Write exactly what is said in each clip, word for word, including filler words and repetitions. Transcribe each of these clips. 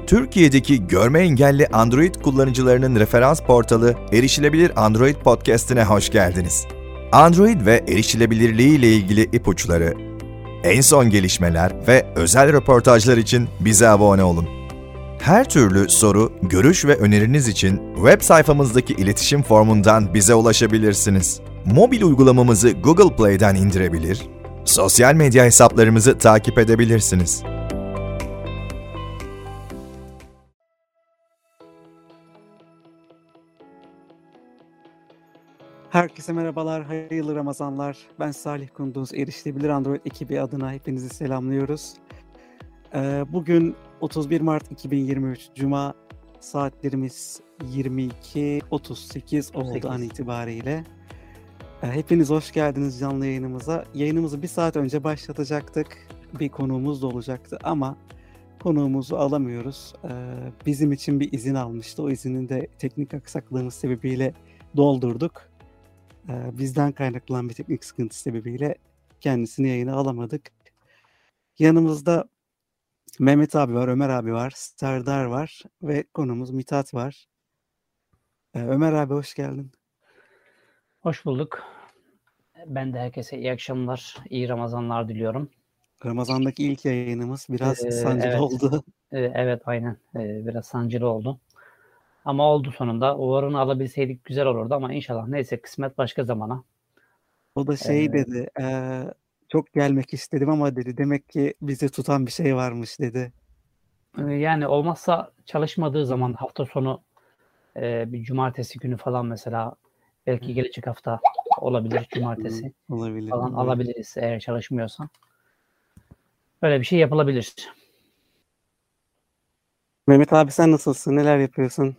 Türkiye'deki görme engelli Android kullanıcılarının referans portalı Erişilebilir Android Podcast'ine hoş geldiniz. Android ve erişilebilirliği ile ilgili ipuçları, en son gelişmeler ve özel röportajlar için bize abone olun. Her türlü soru, görüş ve öneriniz için web sayfamızdaki iletişim formundan bize ulaşabilirsiniz. Mobil uygulamamızı Google Play'den indirebilir, sosyal medya hesaplarımızı takip edebilirsiniz. Herkese merhabalar, hayırlı Ramazanlar. Ben Salih Kunduz, Erişilebilir Android ekibi adına hepinizi selamlıyoruz. Ee, bugün otuz bir Mart iki bin yirmi üç Cuma, saatlerimiz yirmi iki otuz sekiz oldu an itibariyle. Ee, hepiniz hoş geldiniz canlı yayınımıza. Yayınımızı bir saat önce başlatacaktık. Bir konuğumuz da olacaktı ama konuğumuzu alamıyoruz. Ee, bizim için bir izin almıştı. O izinin de teknik aksaklığımız sebebiyle doldurduk. Bizden kaynaklanan bir teknik sıkıntı sebebiyle kendisini yayına alamadık. Yanımızda Mehmet abi var, Ömer abi var, Serdar var ve konumuz Mithat var. Ömer abi hoş geldin. Hoş bulduk. Ben de herkese iyi akşamlar, iyi Ramazanlar diliyorum. Ramazan'daki ilk yayınımız biraz Ee, sancılı evet. oldu. Ee, evet aynen, ee, biraz sancılı oldu. Ama oldu sonunda. O oranı alabilseydik güzel olurdu ama inşallah neyse kısmet başka zamana. O da şey Ee, dedi, e, çok gelmek istedim ama dedi demek ki bizi tutan bir şey varmış dedi. Yani olmazsa çalışmadığı zaman hafta sonu e, bir cumartesi günü falan mesela belki gelecek hafta olabilir cumartesi Olabilir. falan Evet. alabiliriz eğer çalışmıyorsan. Böyle bir şey yapılabilir. Mehmet abi sen nasılsın? Neler yapıyorsun?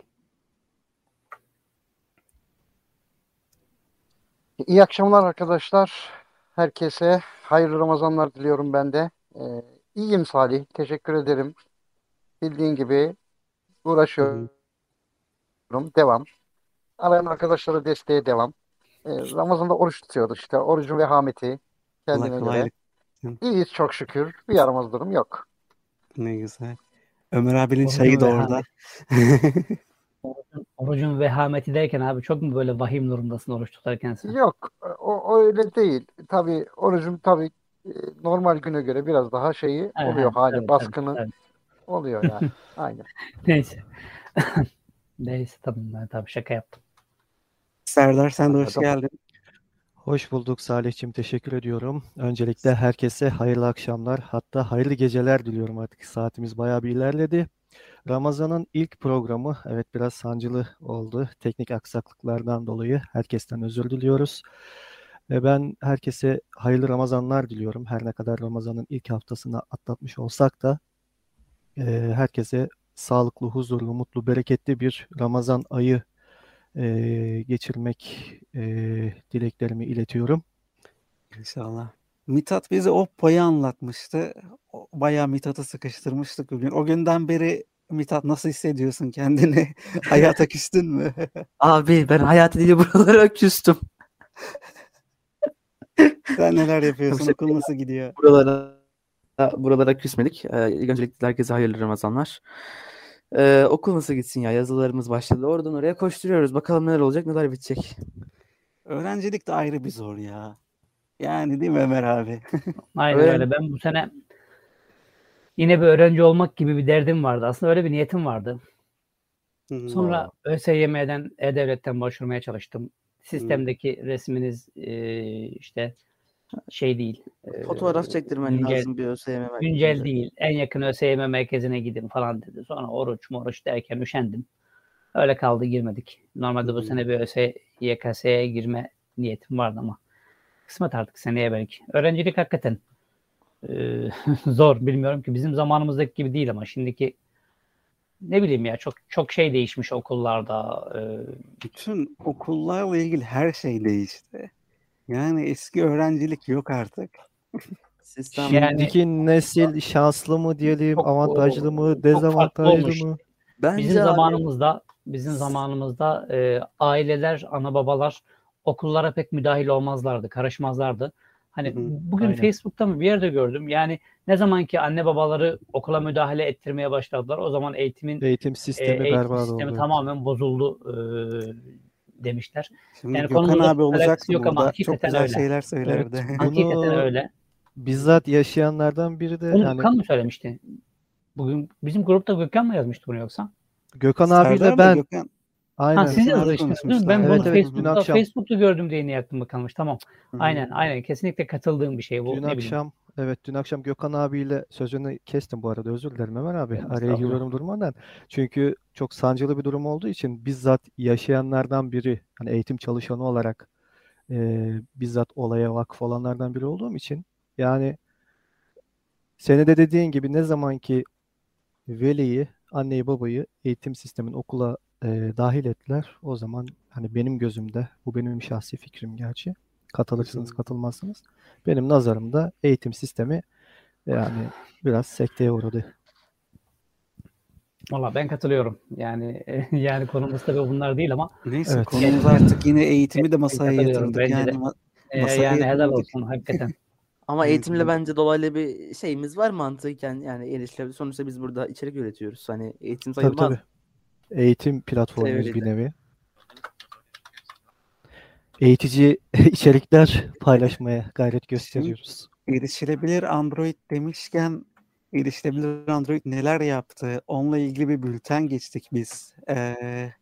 İyi akşamlar arkadaşlar. Herkese hayırlı Ramazanlar diliyorum ben de. Ee, iyiyim Salih. Teşekkür ederim. Bildiğin gibi uğraşıyorum. Devam. Arayan arkadaşlara desteğe devam. Ee, Ramazan'da oruç tutuyoruz işte. Orucun vehameti Allah kendine göre. kolaylık. İyiyiz çok şükür. Bir yaramaz durum yok. Ne güzel. Ömer abinin Orucun çayı da orada. vehameti. Orucun, orucun vehameti derken abi çok mu böyle vahim durumdasın oruç tutarken sen? Yok. O, o öyle değil. Tabii orucum tabii e, normal güne göre biraz daha şeyi He, oluyor he, hali. tabii, Baskını tabii, oluyor yani. Aynen. Neyse. Neyse tamam ben tabii şaka yaptım. Serdar sen de hoş Anladım. geldin. Hoş bulduk Salih'cim, teşekkür ediyorum. Öncelikle herkese hayırlı akşamlar, hatta hayırlı geceler diliyorum artık. Saatimiz bayağı bir ilerledi. Ramazan'ın ilk programı, evet biraz sancılı oldu. Teknik aksaklıklardan dolayı herkesten özür diliyoruz. Ve ben herkese hayırlı Ramazanlar diliyorum. Her ne kadar Ramazan'ın ilk haftasını atlatmış olsak da e, herkese sağlıklı, huzurlu, mutlu, bereketli bir Ramazan ayı e, geçirmek e, dileklerimi iletiyorum. İnşallah. Mithat bize o payı anlatmıştı. O- Bayağı Mithat'ı sıkıştırmıştık bugün. O günden beri Mithat nasıl hissediyorsun kendini? Hayata küstün mü? Abi ben hayat değil buralara küstüm. Sen neler yapıyorsun? Tabii Okul nasıl gidiyor? Buralara buralara küsmedik. Ee, ilk öncelikle herkese hayırlı Ramazanlar. Ee, okul nasıl gitsin ya? Yazılarımız başladı. Oradan oraya koşturuyoruz. Bakalım neler olacak, neler bitecek. Öğrencilik de ayrı bir zor ya. Yani değil mi Ömer abi? Aynen Öyle. öyle. Ben bu sene yine bir öğrenci olmak gibi bir derdim vardı. Aslında öyle bir niyetim vardı. Hı. Sonra ÖSYM'den, E-Devlet'ten başvurmaya çalıştım. Sistemdeki resminiz e, işte şey değil. e, Fotoğraf çektirmen güncel, lazım bir ÖSYM merkezinde. güncel değil. En yakın ÖSYM merkezine gidin falan dedi. Sonra oruç moruç derken üşendim. Öyle kaldı girmedik. Normalde bu Hı. sene bir ÖSYM Y K S'ye girme niyetim vardı ama kısmet artık seneye belki. Öğrencilik hakikaten e, zor. Bilmiyorum ki bizim zamanımızdaki gibi değil ama şimdiki ne bileyim ya çok çok şey değişmiş okullarda. E, Bütün okullarla ilgili her şey değişti. Yani eski öğrencilik yok artık. Sistem Yani- Şimdiki nesil şanslı mı diyelim, Çok, avantajlı o- mı, çok farklı dezavantajlı olmuş. mı? bence Bizim abi, zamanımızda bizim zamanımızda e, aileler, ana babalar okullara pek müdahil olmazlardı, karışmazlardı. Hani Hı hı, bugün aynen. Facebook'ta mı bir yerde gördüm. Yani ne zaman ki anne babaları okula müdahale ettirmeye başladılar, o zaman eğitimin Eğitim e, sistemi eğitim berbat sistemi oldu. Evet. tamamen bozuldu e, demişler. Şimdi Yani Gökhan konumuzda abi çok alakası olacaktı yok ama burada. Çok hakikaten güzel öyle. şeyler Evet, söylerdi. Hakikaten bunu öyle. bizzat yaşayanlardan biri de Bunu yani Gökhan mı söylemişti? Bugün bizim grupta Gökhan mı yazmıştı bunu yoksa? Gökhan abiyle Serdar'la ben Gökhan, Ha aynen. siz Gökhan abi yazıştınız değil mi? Ben konuşmuşlardı. bunu Evet evet, Hı dün hı, Facebook'ta akşam Facebook'ta gördüm diye niye aklıma kalmış. Tamam. hı hı. Aynen aynen kesinlikle katıldığım bir şey bu. dün Ne bileyim. akşam evet dün akşam Gökhan abiyle sözünü kestim bu arada, özür dilerim Ömer abi. Araya Estağfurullah. giriyorum durmadan. Çünkü çok sancılı bir durum olduğu için bizzat yaşayanlardan biri, hani eğitim çalışanı olarak e, bizzat olaya vakıf olanlardan biri olduğum için yani senin de dediğin gibi ne zaman ki veliyi, anneyi, babayı eğitim sistemin okula e, dahil ettiler, o zaman hani benim gözümde, bu benim şahsi fikrim gerçi, Hı katılırsınız hı. katılmazsınız, benim nazarımda eğitim sistemi yani biraz sekteye uğradı. Valla ben katılıyorum. Yani yani konumuz tabii bunlar değil ama Neyse Evet. konumuz gerçekten artık yine eğitimi de gerçekten masaya katılıyorum yatırdık. bence Yani de. ma- Ee, masaya yani helal yatırdık. olsun hakikaten. Ama Evet, eğitimle bu bence dolaylı bir şeyimiz var mantıken, yani erişilebilir. Sonuçta biz burada içerik üretiyoruz. Hani eğitim Tabii sayılmaz tabii. Eğitim şey platformuyuz öyle bir de. nevi. Eğitici içerikler paylaşmaya gayret şimdi gösteriyoruz. erişilebilir Android demişken erişilebilir Android neler yaptı? Onunla ilgili bir bülten geçtik biz ee,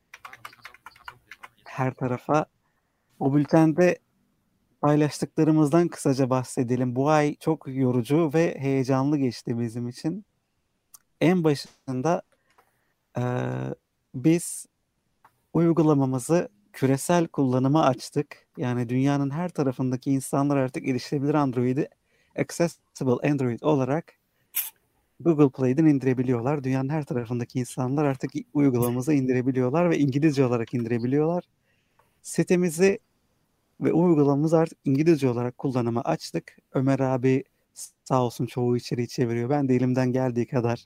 her tarafa. O bültende paylaştıklarımızdan kısaca bahsedelim. Bu ay çok yorucu ve heyecanlı geçti bizim için. En başında ee, biz uygulamamızı küresel kullanıma açtık. Yani dünyanın her tarafındaki insanlar artık erişilebilir Android'i Accessible Android olarak Google Play'den indirebiliyorlar. Dünyanın her tarafındaki insanlar artık uygulamamızı indirebiliyorlar ve İngilizce olarak indirebiliyorlar. Sitemizi ve uygulamamızı artık İngilizce olarak kullanıma açtık. Ömer abi sağ olsun çoğu içeriği çeviriyor. Ben de elimden geldiği kadar.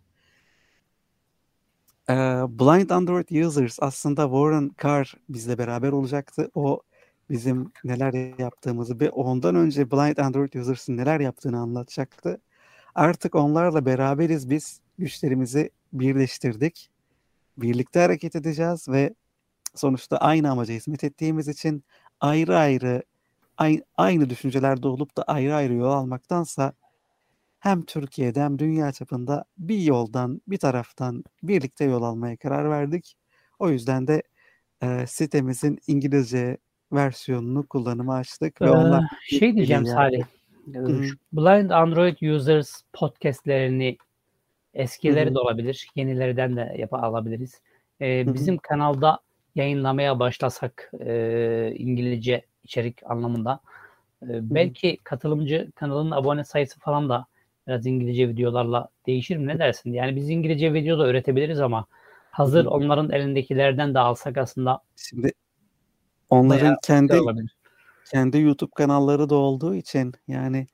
Ee, Blind Android Users aslında Warren Carr bizle beraber olacaktı. O bizim neler yaptığımızı ve ondan önce Blind Android Users'ın neler yaptığını anlatacaktı. Artık onlarla beraberiz biz. Güçlerimizi birleştirdik. Birlikte hareket edeceğiz ve sonuçta aynı amaca hizmet ettiğimiz için ayrı ayrı aynı, aynı düşüncelerde olup da ayrı ayrı yol almaktansa hem Türkiye'de hem dünya çapında bir yoldan, bir taraftan birlikte yol almaya karar verdik. O yüzden de e, sitemizin İngilizce versiyonunu kullanıma açtık Ee, ve onlar şey diyeceğim ilgi Salih. geldi. Ee, Hı hı, şu Blind Android Users podcastlerini hı eskileri hı, de olabilir, yenilerden de yapa alabiliriz. Ee, hı hı, bizim kanalda yayınlamaya başlasak e, İngilizce içerik anlamında e, hı hı. belki katılımcı kanalın abone sayısı falan da biraz İngilizce videolarla değişir mi? Ne dersin? Yani biz İngilizce video da üretebiliriz ama Hı hazır hı. onların elindekilerden de alsak aslında Şimdi bayağı onların güzel kendi olabilir. kendi YouTube kanalları da olduğu için yani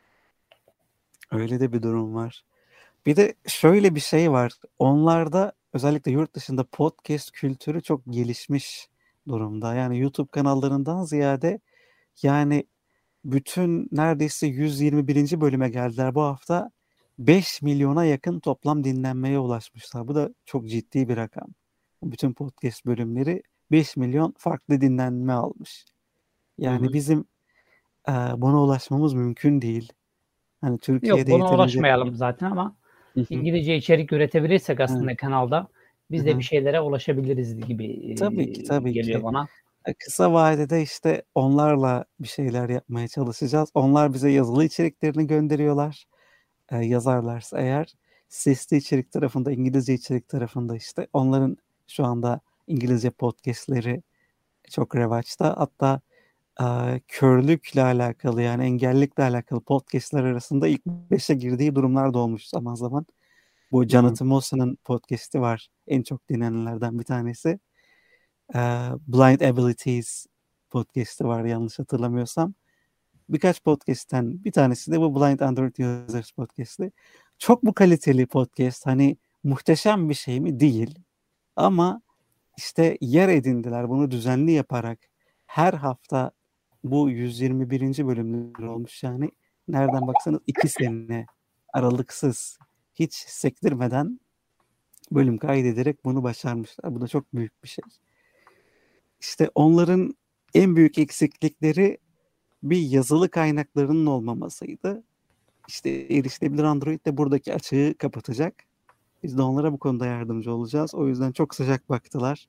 öyle de bir durum var. Bir de şöyle bir şey var. Onlarda özellikle yurt dışında podcast kültürü çok gelişmiş durumda. Yani YouTube kanallarından ziyade yani bütün neredeyse yüz yirmi birinci bölüme geldiler bu hafta. beş milyona yakın toplam dinlenmeye ulaşmışlar. Bu da çok ciddi bir rakam. Bütün podcast bölümleri beş milyon farklı dinlenme almış. Hı hı. Yani bizim e, buna ulaşmamız mümkün değil. Hani Yok Türkiye'de buna yeterince. ulaşmayalım zaten ama Hı hı, İngilizce içerik üretebilirsek evet, aslında kanalda hı biz de bir hı. şeylere ulaşabiliriz gibi Tabii ki e, tabii geliyor ki. bana. E, Kısa vadede işte onlarla bir şeyler yapmaya çalışacağız. Onlar bize yazılı içeriklerini gönderiyorlar. E, yazarlarsa eğer. Sesli içerik tarafında, İngilizce içerik tarafında işte onların şu anda İngilizce podcastleri çok revaçta. Hatta e, körlükle alakalı yani engellilikle alakalı podcastler arasında ilk beşe girdiği durumlar da olmuş zaman zaman. Bu Hı hı. Jonathan Moss'un podcast'i var. En çok dinlenenlerden bir tanesi. E, Blind Abilities podcast'i var yanlış hatırlamıyorsam. Birkaç podcast'ten bir tanesi de bu Blind Android Users podcast'i. Çok mu kaliteli podcast? Hani muhteşem bir şey mi? Değil. Ama işte yer edindiler bunu düzenli yaparak her hafta bu yüz yirmi birinci bölümler olmuş yani. Nereden baksanız iki sene aralıksız hiç sektirmeden bölüm kaydederek bunu başarmışlar. Bu da çok büyük bir şey. İşte onların en büyük eksiklikleri bir yazılı kaynaklarının olmamasıydı. İşte erişilebilir Android de buradaki açığı kapatacak. Biz de onlara bu konuda yardımcı olacağız. O yüzden çok sıcak baktılar.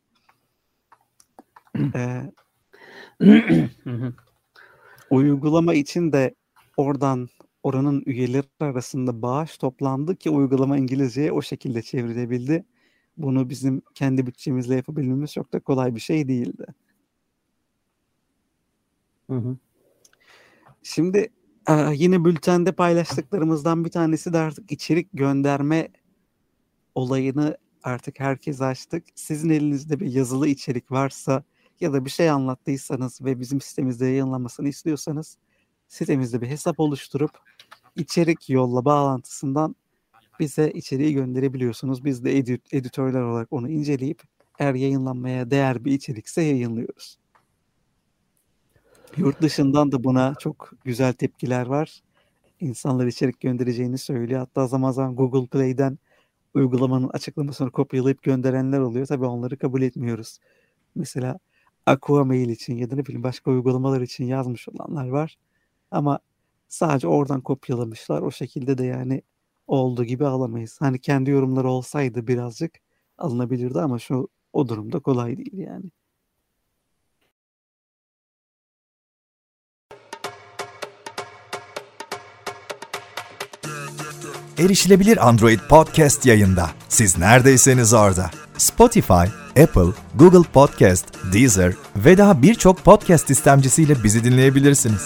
Ee, uygulama için de oradan oranın üyeleri arasında bağış toplandı ki uygulama İngilizceye o şekilde çevrilebildi. Bunu bizim kendi bütçemizle yapabilmemiz çok da kolay bir şey değildi. Hı hı. Şimdi e, yine bültende paylaştıklarımızdan bir tanesi de artık içerik gönderme olayını artık herkes açtık. Sizin elinizde bir yazılı içerik varsa ya da bir şey anlattıysanız ve bizim sitemizde yayınlanmasını istiyorsanız sitemizde bir hesap oluşturup içerik yolla bağlantısından bize içeriği gönderebiliyorsunuz. Biz de edit- editörler olarak onu inceleyip eğer yayınlanmaya değer bir içerikse yayınlıyoruz. Yurt dışından da buna çok güzel tepkiler var. İnsanlar içerik göndereceğini söylüyor. Hatta zaman zaman Google Play'den uygulamanın açıklamasını kopyalayıp gönderenler oluyor. Tabii onları kabul etmiyoruz. Mesela Aquamail için ya da ne bileyim başka uygulamalar için yazmış olanlar var. Ama sadece oradan kopyalamışlar. O şekilde de yani olduğu gibi alamayız. Hani kendi yorumları olsaydı birazcık alınabilirdi ama şu o durumda kolay değil yani. Erişilebilir Android Podcast yayında. Siz neredeyseniz orada. Spotify, Apple, Google Podcast, Deezer ve daha birçok podcast istemcisiyle bizi dinleyebilirsiniz.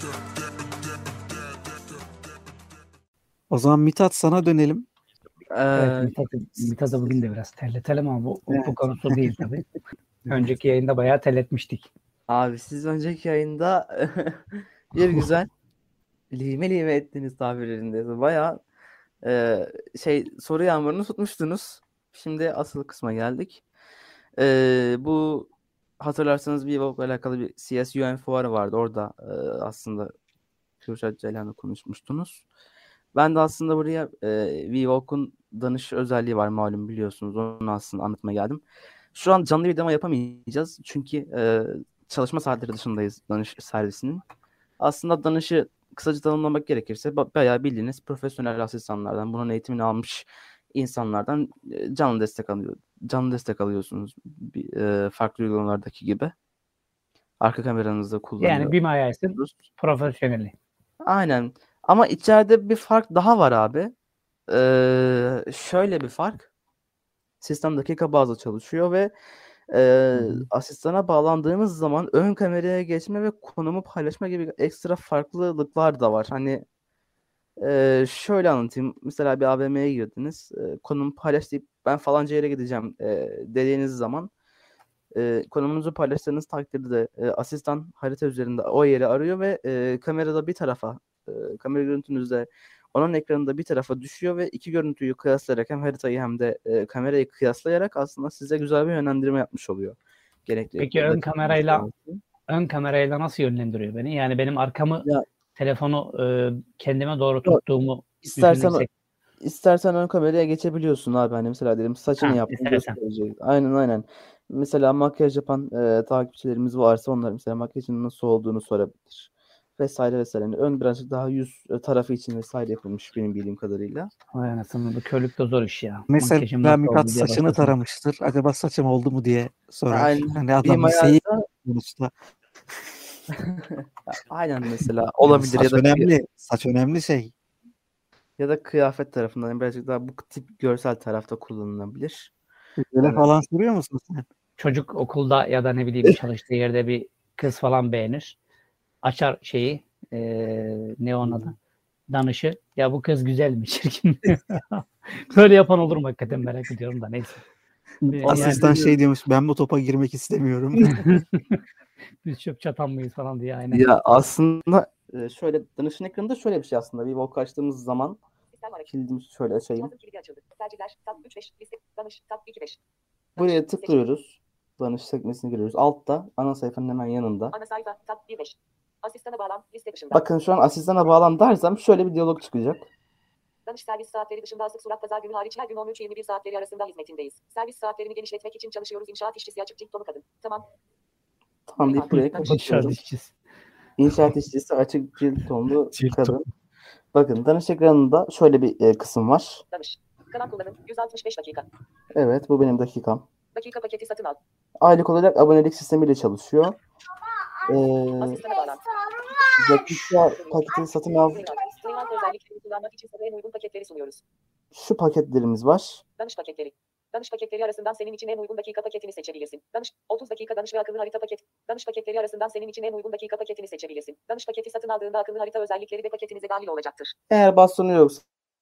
O zaman Mithat sana dönelim. Evet, Ee, Mithat'ı, Mithat'ı bugün de biraz terletelim ama bu, bu Evet. konusu değil tabii. Önceki yayında bayağı terletmiştik. abi siz önceki yayında bir güzel lime lime ettiniz tabirlerinde. Bayağı e, şey soru yağmurunu tutmuştunuz. Şimdi asıl kısma geldik. E, bu hatırlarsanız Vivo'yla alakalı bir C S U N fuarı vardı. Orada e, aslında Kürşat Ceylan'la konuşmuştunuz. Ben de aslında buraya e, Vivo'nun danış özelliği var malum biliyorsunuz. Onu aslında anlatmaya geldim. Şu an canlı bir demo yapamayacağız. Çünkü e, çalışma saatleri dışındayız danış servisinin. Aslında danışı kısaca tanımlamak gerekirse ba- bayağı bildiğiniz profesyonel asistanlardan, bunun eğitimini almış insanlardan e, canlı destek alıyor. Canlı destek alıyorsunuz. Bir, e, farklı uygulamalardaki gibi. Arka kameranızda Yani kullanıyorsunuz. bir mayarsın profesyoneli. Aynen. Ama içeride bir fark daha var abi. Ee, şöyle bir fark. Sistem dakika bazlı çalışıyor ve e, hı. asistana bağlandığınız zaman ön kameraya geçme ve konumu paylaşma gibi ekstra farklılıklar da var. Hani e, şöyle anlatayım. Mesela bir A V M'ye girdiniz. E, konumu paylaş deyip ben falanca yere gideceğim e, dediğiniz zaman e, konumunuzu paylaştığınız takdirde de e, asistan harita üzerinde o yeri arıyor ve e, kamerada bir tarafa e, kamera görüntünüzde onun ekranında bir tarafa düşüyor ve iki görüntüyü kıyaslayarak hem haritayı hem de e, kamerayı kıyaslayarak aslında size güzel bir yönlendirme yapmış oluyor. Gerekli Peki ön kamerayla ön kamerayla nasıl yönlendiriyor beni? Yani benim arkamı ya, telefonu e, kendime doğru Yok, tuttuğumu istersen düşünürsek. istersen ön kameraya geçebiliyorsun abi. Hani mesela diyelim saçını Ha, yaptın istersen. gösterecek. Aynen aynen. Mesela makyaj yapan e, takipçilerimiz varsa onlar mesela makyajın nasıl olduğunu sorabilir. Vesaire vesaire. Yani ön birazcık daha yüz e, tarafı için vesaire yapılmış benim bildiğim kadarıyla. Vay anasını, bu körlük de zor iş ya. Mesela Makyajım nasıl Mithat oldu diye saçını başlasın. taramıştır. Acaba saçım oldu mu diye sorar. Aynen. Hani Bir adam liseyi mayarda sonuçta. aynen mesela Yani olabilir ya saç da önemli. Saç önemli şey. ya da kıyafet tarafından yani birazcık daha bu tip görsel tarafta kullanılabilir. Böyle Evet. falan soruyor musun sen? Çocuk okulda ya da ne bileyim çalıştığı yerde bir kız falan beğenir. Açar şeyi e, ne onun adı? Danışı. Ya bu kız güzel mi? Çirkin mi? Böyle yapan olur mu hakikaten, merak ediyorum da neyse. Ee, Asistan yani şey diyormuş, ben bu topa girmek istemiyorum. biz çöp çatan mıyız falan diye aynen. Ya aslında e, şöyle danışın ekranında şöyle bir şey aslında. Bir Vivo açtığımız zaman kilidimizi şöyle açayım. Buraya tıklıyoruz. Danış sekmesini görüyoruz. Altta ana sayfanın hemen yanında. Ana sayfa tab bir beş. Asistana bağlan. Liste dışında. Bakın şu an asistana bağlan dersem şöyle bir diyalog çıkacak. Danış servis saatleri dışında asık surat pazar günü hariç her gün on üç yirmi bir saatleri arasında hizmetindeyiz. Servis saatlerini genişletmek için çalışıyoruz. İnşaat işçisi açık cilt dolu kadın. Tamam. Tamam deyip burayı İnşaat kapatıyorum. işçisi. İnşaat işçisi açık cilt tonlu Cilt kadın. tonu. Bakın danış ekranında şöyle bir e, kısım var. Danış. Kanal kullanın. yüz altmış beş dakika. Evet, bu benim dakikam. Dakika paketi satın al. Aylık olarak abonelik sistemiyle çalışıyor. Ee, Asistana bağlan. dakika paketi satın al. Freelance özellikleri kullanmak için sana en uygun paketleri sunuyoruz. Şu paketlerimiz var. Danış paketleri. Danış paketleri arasından senin için en uygun dakika paketini seçebilirsin. Danış otuz dakika danış ve akıllı harita paket. Danış paketleri arasından senin için en uygun dakika paketini seçebilirsin. Danış paketi satın aldığında akıllı harita özellikleri de paketinize dahil olacaktır. Eğer bastonu yoksa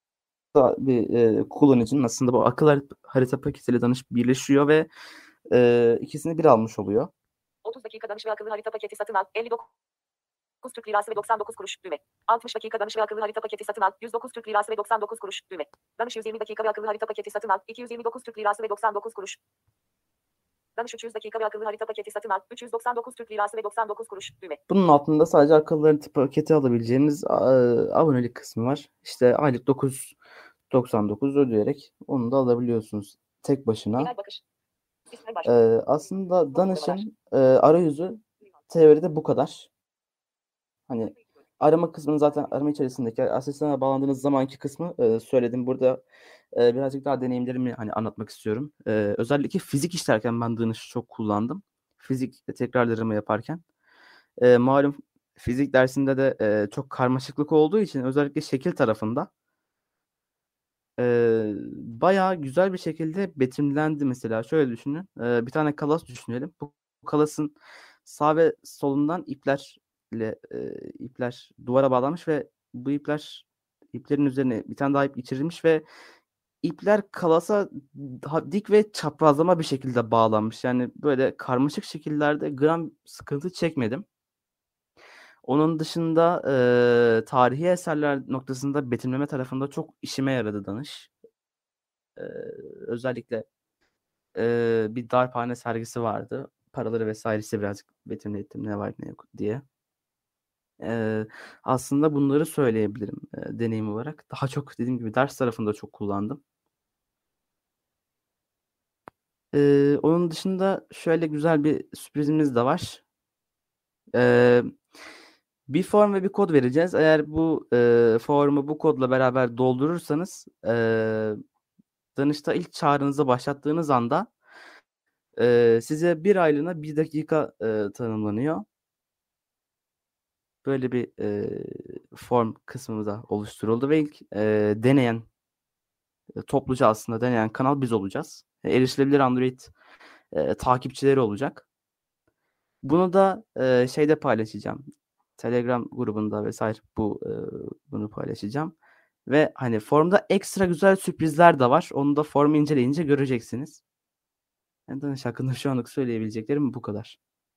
bir e, kullanıcının aslında bu akıllı harita paketiyle danış birleşiyor ve e, ikisini bir almış oluyor. otuz dakika danış ve akıllı harita paketi satın al. elli dokuz Türk lirası ve doksan dokuz kuruş düğme. altmış dakika danış ve akıllı harita paketi satın al. yüz dokuz Türk lirası ve doksan dokuz kuruş düğme. Danış yüz yirmi dakika ve akıllı harita paketi satın al. iki yüz yirmi dokuz Türk lirası ve doksan dokuz kuruş. Danış üç yüz dakika ve akıllı harita paketi satın al. üç yüz doksan dokuz Türk lirası ve doksan dokuz kuruş düğme. Bunun altında sadece akıllı harita paketi alabileceğiniz e, abonelik kısmı var. İşte aylık dokuz yüz doksan dokuz ödeyerek onu da alabiliyorsunuz tek başına. Genel bakış. İsme baş. E, aslında danışın e, arayüzü teoride bu kadar. Hani arama kısmını zaten arama içerisindeki asistana bağlandığınız zamanki kısmı e, söyledim. Burada e, birazcık daha deneyimlerimi hani anlatmak istiyorum. E, özellikle fizik işlerken ben danışı çok kullandım. Fizik tekrarlarımı yaparken. E, malum fizik dersinde de e, çok karmaşıklık olduğu için özellikle şekil tarafında e, bayağı güzel bir şekilde betimlendi mesela. Şöyle düşünün. E, bir tane kalas düşünelim. Bu kalasın sağ ve solundan ipler ile e, ipler duvara bağlanmış ve bu ipler iplerin üzerine bir tane daha ip geçirilmiş ve ipler kalasa daha dik ve çaprazlama bir şekilde bağlanmış. Yani böyle karmaşık şekillerde gram sıkıntı çekmedim. Onun dışında e, tarihi eserler noktasında betimleme tarafında çok işime yaradı danış. E, özellikle e, bir darphane sergisi vardı. Paraları vesairesi birazcık betimle ettim ne var ne yok diye. Ee, aslında bunları söyleyebilirim e, deneyim olarak. Daha çok dediğim gibi ders tarafında çok kullandım. Ee, onun dışında şöyle güzel bir sürprizimiz de var. Ee, bir form ve bir kod vereceğiz. Eğer bu e, formu bu kodla beraber doldurursanız e, danışta ilk çağrınızı başlattığınız anda e, size bir aylığına bir dakika e, tanımlanıyor. Böyle bir e, form kısmı da oluşturuldu ve ilk e, deneyen e, topluca aslında deneyen kanal biz olacağız. E, erişilebilir Android e, takipçileri olacak. Bunu da e, şeyde paylaşacağım. Telegram grubunda vesaire bu e, bunu paylaşacağım. Ve hani formda ekstra güzel sürprizler de var. Onu da formu inceleyince göreceksiniz. Yani danış hakkında şu anlık söyleyebileceklerim bu kadar.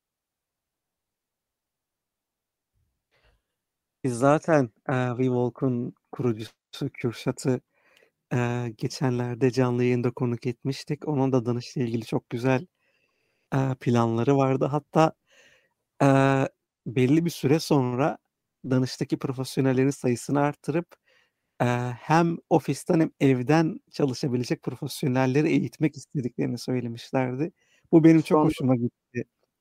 Biz zaten e, WeWalk'un kurucusu Kürşat'ı e, geçenlerde canlı yayında konuk etmiştik. Onun da danışla ilgili çok güzel e, planları vardı. Hatta e, belli bir süre sonra danıştaki profesyonellerin sayısını arttırıp e, hem ofisten hem evden çalışabilecek profesyonelleri eğitmek istediklerini söylemişlerdi. Bu benim Şu çok anda hoşuma gitti.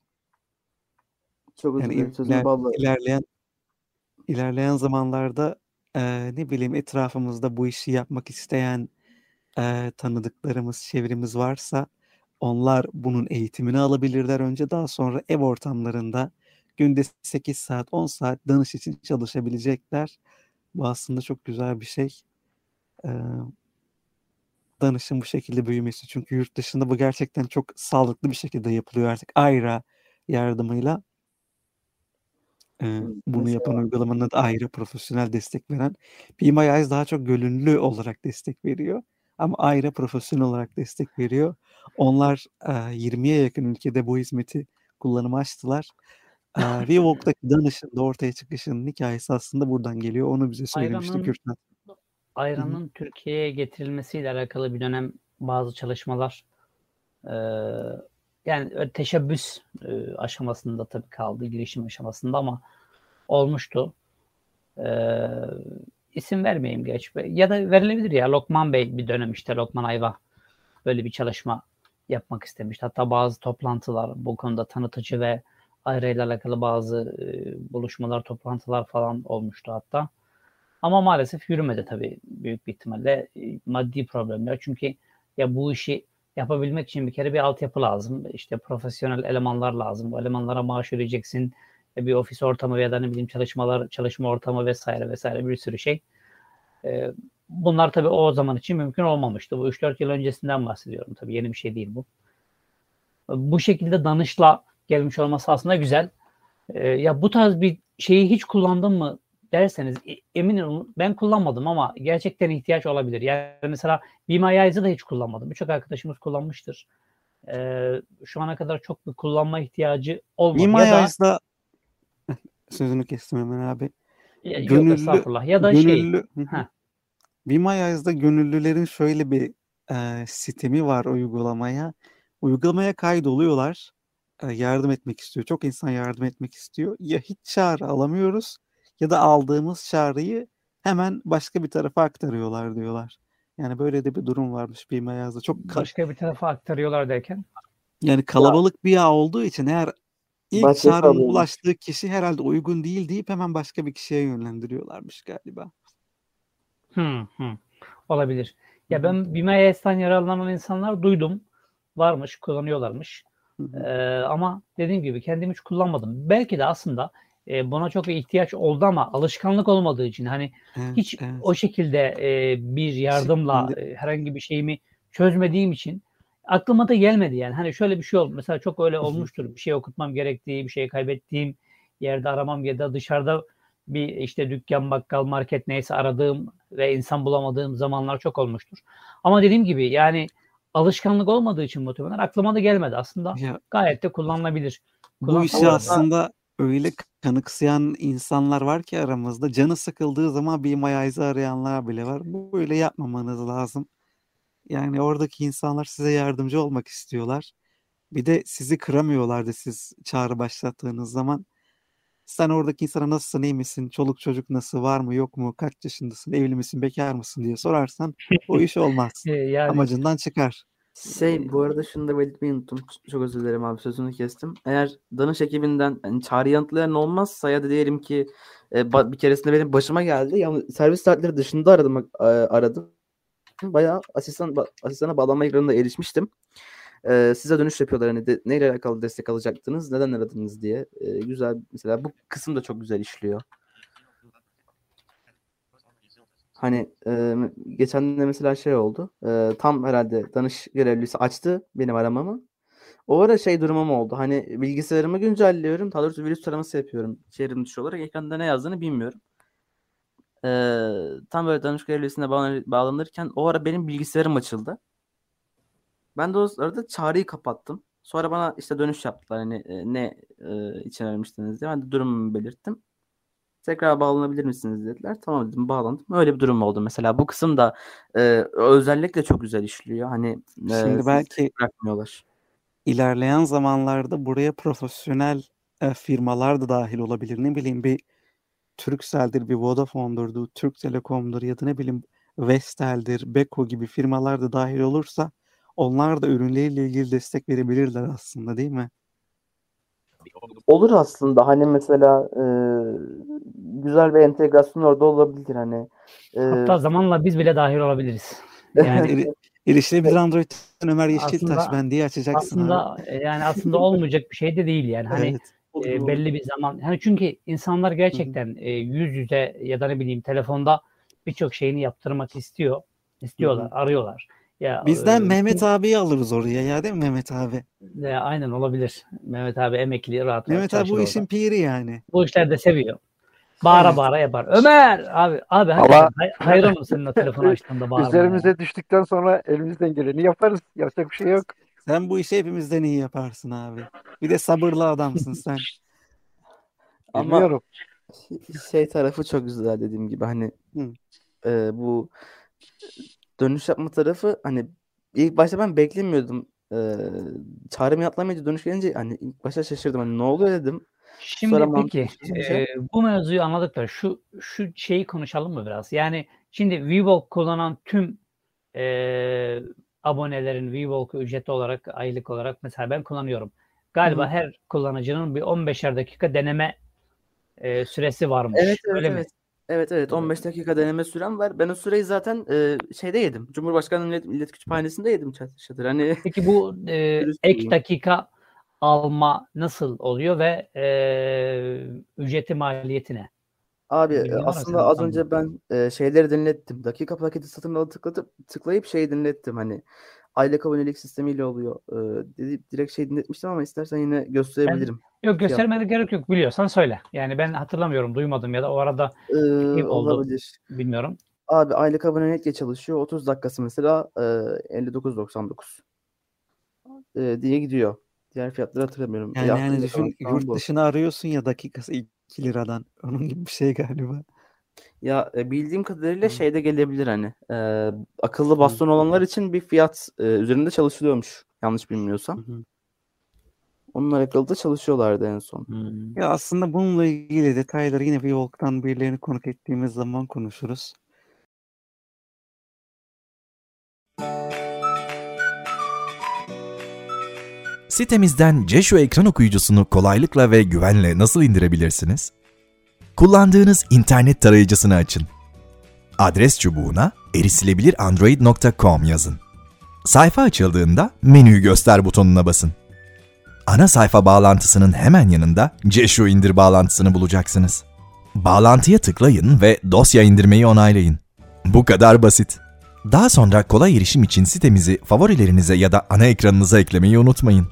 çok özür Yani dilerim sözünü iler, balla. ilerleyen ilerleyen zamanlarda e, ne bileyim etrafımızda bu işi yapmak isteyen e, tanıdıklarımız, çevremiz varsa onlar bunun eğitimini alabilirler önce. Daha sonra ev ortamlarında günde sekiz saat, on saat danış için çalışabilecekler. Bu aslında çok güzel bir şey. E, danışın bu şekilde büyümesi. Çünkü yurt dışında bu gerçekten çok sağlıklı bir şekilde yapılıyor artık. Ayra yardımıyla. Ee, bunu yapan Mesela uygulamanın da ayrı profesyonel destek veren. Be My Eyes daha çok gönüllü olarak destek veriyor. Ama ayrı profesyonel olarak destek veriyor. Onlar e, yirmiye yakın ülkede bu hizmeti kullanıma açtılar. E, WeWalk'taki danışın da ortaya çıkışının hikayesi aslında buradan geliyor. Onu bize söylemişti Ayranın Kürşat. Hı hı. ayranın Türkiye'ye getirilmesiyle alakalı bir dönem bazı çalışmalar e, yani öyle teşebbüs e, aşamasında tabii kaldı, girişim aşamasında ama olmuştu. Ee, isim vermeyeyim geç. Ya da verilebilir ya. Lokman Bey bir dönem işte Lokman Ayva böyle bir çalışma yapmak istemişti. Hatta bazı toplantılar bu konuda tanıtıcı ve ayrıyla alakalı bazı e, buluşmalar, toplantılar falan olmuştu hatta. Ama maalesef yürümedi tabii büyük bir ihtimalle e, maddi problemler. Çünkü ya bu işi yapabilmek için bir kere bir altyapı lazım. İşte profesyonel elemanlar lazım. Bu elemanlara maaş ödeyeceksin. E, bir ofis ortamı ya da ne bileyim çalışmalar, çalışma ortamı vesaire vesaire bir sürü şey. E, bunlar tabii o zaman için mümkün olmamıştı. Bu üç dört yıl öncesinden bahsediyorum. Tabii yeni bir şey değil bu. Bu şekilde danışla gelmiş olması aslında güzel. E, ya bu tarz bir şeyi hiç kullandın mı derseniz eminim ben kullanmadım ama gerçekten ihtiyaç olabilir. Yani mesela Be My Eyes'ı da hiç kullanmadım. Birçok arkadaşımız kullanmıştır. Ee, şu ana kadar çok bir kullanma ihtiyacı olmadı. Be My Ya da Eyes'da sözünü kestim hemen abi. ya, yok Gönüllü estağfurullah. Ya da şey gönüllü Hı hı. heh, Be My Eyes'da gönüllülerin şöyle bir e, sistemi var uygulamaya. Uygulamaya kaydoluyorlar. E, yardım etmek istiyor. Çok insan yardım etmek istiyor. Ya hiç çağrı alamıyoruz ya da aldığımız çağrıyı hemen başka bir tarafa aktarıyorlar diyorlar. Yani böyle de bir durum varmış Be My Eyes'da. Çok ka- başka bir tarafa aktarıyorlar derken. yani kalabalık bir ağ olduğu için eğer ilk Başkası çağrının alıyormuş. ulaştığı kişi herhalde uygun değil deyip hemen başka bir kişiye yönlendiriyorlarmış galiba. Hı hı. Olabilir. Hı Ya hı. ben Be My Eyes'tan yararlanan insanlar duydum. Varmış, kullanıyorlarmış. Hı hı. Ee, ama dediğim gibi kendim hiç kullanmadım. Belki de aslında e, buna çok bir ihtiyaç oldu ama alışkanlık olmadığı için hani Evet, hiç evet. o şekilde e, bir yardımla Şimdi e, herhangi bir şeyimi çözmediğim için aklıma da gelmedi yani. Hani şöyle bir şey oldu. Mesela çok öyle Hı hı. olmuştur. Bir şey okutmam gerektiği, bir şey kaybettiğim yerde aramam ya da dışarıda bir işte dükkan, bakkal, market neyse aradığım ve insan bulamadığım zamanlar çok olmuştur. Ama dediğim gibi yani alışkanlık olmadığı için muhtemelen aklıma da gelmedi. Aslında ya gayet de kullanılabilir. bu Kullansam işi mı Bu acaba? arada aslında öyle kanıksayan insanlar var ki aramızda. Canı sıkıldığı zaman Be My Eyes'ı arayanlar bile var. Bu böyle yapmamanız lazım. Yani oradaki insanlar size yardımcı olmak istiyorlar. Bir de sizi kıramıyorlar da siz çağrı başlattığınız zaman. Sen oradaki insana nasılsın, iyi misin, çoluk çocuk nasıl, var mı yok mu, kaç yaşındasın, evli misin, bekar mısın diye sorarsan o iş olmaz. Ee, yani Amacından çıkar. Şey bu arada şunu da belirtmeyi unuttum. Ç- Çok özür dilerim abi, sözünü kestim. Eğer danış ekibinden yani çağrı yanıtlayan olmazsa ya da diyelim ki e, ba- bir keresinde benim başıma geldi. Yani servis saatleri dışında aradım e, aradım. Bayağı asistan ba- asistana bağlanma ekranına erişmiştim. E, size dönüş yapıyorlar hani de, neyle alakalı destek alacaktınız, neden aradınız diye. E, güzel mesela bu kısım da çok güzel işliyor. Hani e, geçen de mesela şey oldu. E, tam herhalde danış görevlisi açtı benim aramamı. O ara şey durumum oldu. Hani bilgisayarımı güncelliyorum. Daha doğrusu virüs taraması yapıyorum. Çevrim dışı olarak ekranda ne yazdığını bilmiyorum. Ee, tam böyle danış görevlisine bağlan- bağlanırken o ara benim bilgisayarım açıldı. Ben de o arada çağrıyı kapattım. Sonra bana işte dönüş yaptılar. Hani e, ne e, için aramıştınız diye. Ben de durumumu belirttim. Tekrar bağlanabilir misiniz dediler. Tamam dedim, bağlandım. Öyle bir durum oldu mesela. Bu kısım da e, özellikle çok güzel işliyor. Hani e, Şimdi sizi belki bırakmıyorlar. ilerleyen zamanlarda buraya profesyonel e, firmalar da dahil olabilir. Ne bileyim bir Turkcell'dir, bir Vodafone'dur, Türk Telekom'dur ya da ne bileyim Vestel'dir, Beko gibi firmalar da dahil olursa onlar da ürünleriyle ilgili destek verebilirler aslında, değil mi? Olur aslında hani mesela e, güzel bir entegrasyon orada olabilir hani. E, hatta zamanla biz bile dahil olabiliriz. Yani Yani eri, erişilebilir Android'den Ömer Yeşiltaş aslında ben diye açacaksın abi. aslında e, yani aslında olmayacak bir şey de değil yani. Hani Evet. olur, e, olur. belli bir zaman hani çünkü insanlar Hı hı. gerçekten e, yüz yüze ya da ne bileyim telefonda birçok şeyini yaptırmak istiyor. Hı istiyorlar, hı. arıyorlar. Ya Bizden e, Mehmet kim abiyi alırız oraya ya, değil mi Mehmet abi? e, aynen olabilir. Mehmet abi emekli rahat rahat Mehmet abi çalışır bu orada. işin piri yani. Bu işleri de seviyor. Bağıra Evet. bağıra yapar. Ömer abi abi Ama hakikaten hay- hayır olsun senin o telefonu açtığında bağırmaya ya. üzerimize düştükten sonra elimizden geleni yaparız. Yapacak bir şey yok. Sen bu işi hepimizden iyi yaparsın abi. Bir de sabırlı adamsın sen. Ama Bilmiyorum. şey tarafı çok güzel dediğim gibi hani Hı. e, bu dönüş yapma tarafı hani ilk başta ben beklemiyordum. E, çağrımı atlamayınca dönüş gelince hani ilk başta şaşırdım. Hani ne oluyor dedim. Şimdi Sonra peki mantıklı düşünce. e, bu mevzuyu anladık da şu şu şeyi konuşalım mı biraz? Yani şimdi Vivalk kullanan tüm e, abonelerin Vivalk'ı ücretli olarak aylık olarak mesela ben kullanıyorum. Galiba Hı. her kullanıcının bir on beşer dakika deneme e, süresi varmış. Evet evet Öyle mi? evet. Evet evet on beş dakika deneme sürem var. Ben o süreyi zaten e, şeyde yedim. Cumhurbaşkanlığı Millet, Millet Kütüphanesi'nde yedim çatır çatır. Hani Peki bu e, dürüst ek olayım. dakika alma nasıl oluyor ve e, ücreti maliyeti ne? Abi e, Bilgin var mı aslında senin bu az konuda? önce ben e, şeyleri dinlettim. Dakika paketi satın alıp tıklatıp tıklayıp şeyi dinlettim. Hani aylık abonelik sistemiyle oluyor. E, dedi, direkt şey dinletmiştim ama istersen yine Ben gösterebilirim. yok Fiyat. göstermene gerek yok, biliyorsan söyle. Yani ben hatırlamıyorum, duymadım ya da o arada E, şey mi oldu olabilir. bilmiyorum. Abi aylık abonelikle çalışıyor. otuz dakikası mesela e, elli dokuz doksan dokuz e, diye gidiyor. Diğer fiyatları hatırlamıyorum. Yani hani Aklımda kalan düşün, şu an yurt bu. dışını arıyorsun ya, dakikası iki liradan. Onun gibi bir şey galiba. Ya e, bildiğim kadarıyla Hı. şeyde gelebilir hani. E, akıllı Hı. baston olanlar için bir fiyat e, üzerinde çalışılıyormuş. Yanlış Hı bilmiyorsam. hı. Onunla alakalı da çalışıyorlardı en son. Hmm. Ya aslında bununla ilgili detayları yine Vivalk'tan birilerini konuk ettiğimiz zaman konuşuruz. Sitemizden Jesho ekran okuyucusunu kolaylıkla ve güvenle nasıl indirebilirsiniz? Kullandığınız internet tarayıcısını açın. Adres çubuğuna erişilebilir android nokta com yazın. Sayfa açıldığında menüyü göster butonuna basın. Ana sayfa bağlantısının hemen yanında Jesho indir bağlantısını bulacaksınız. Bağlantıya tıklayın ve dosya indirmeyi onaylayın. Bu kadar basit. Daha sonra kolay erişim için sitemizi favorilerinize ya da ana ekranınıza eklemeyi unutmayın.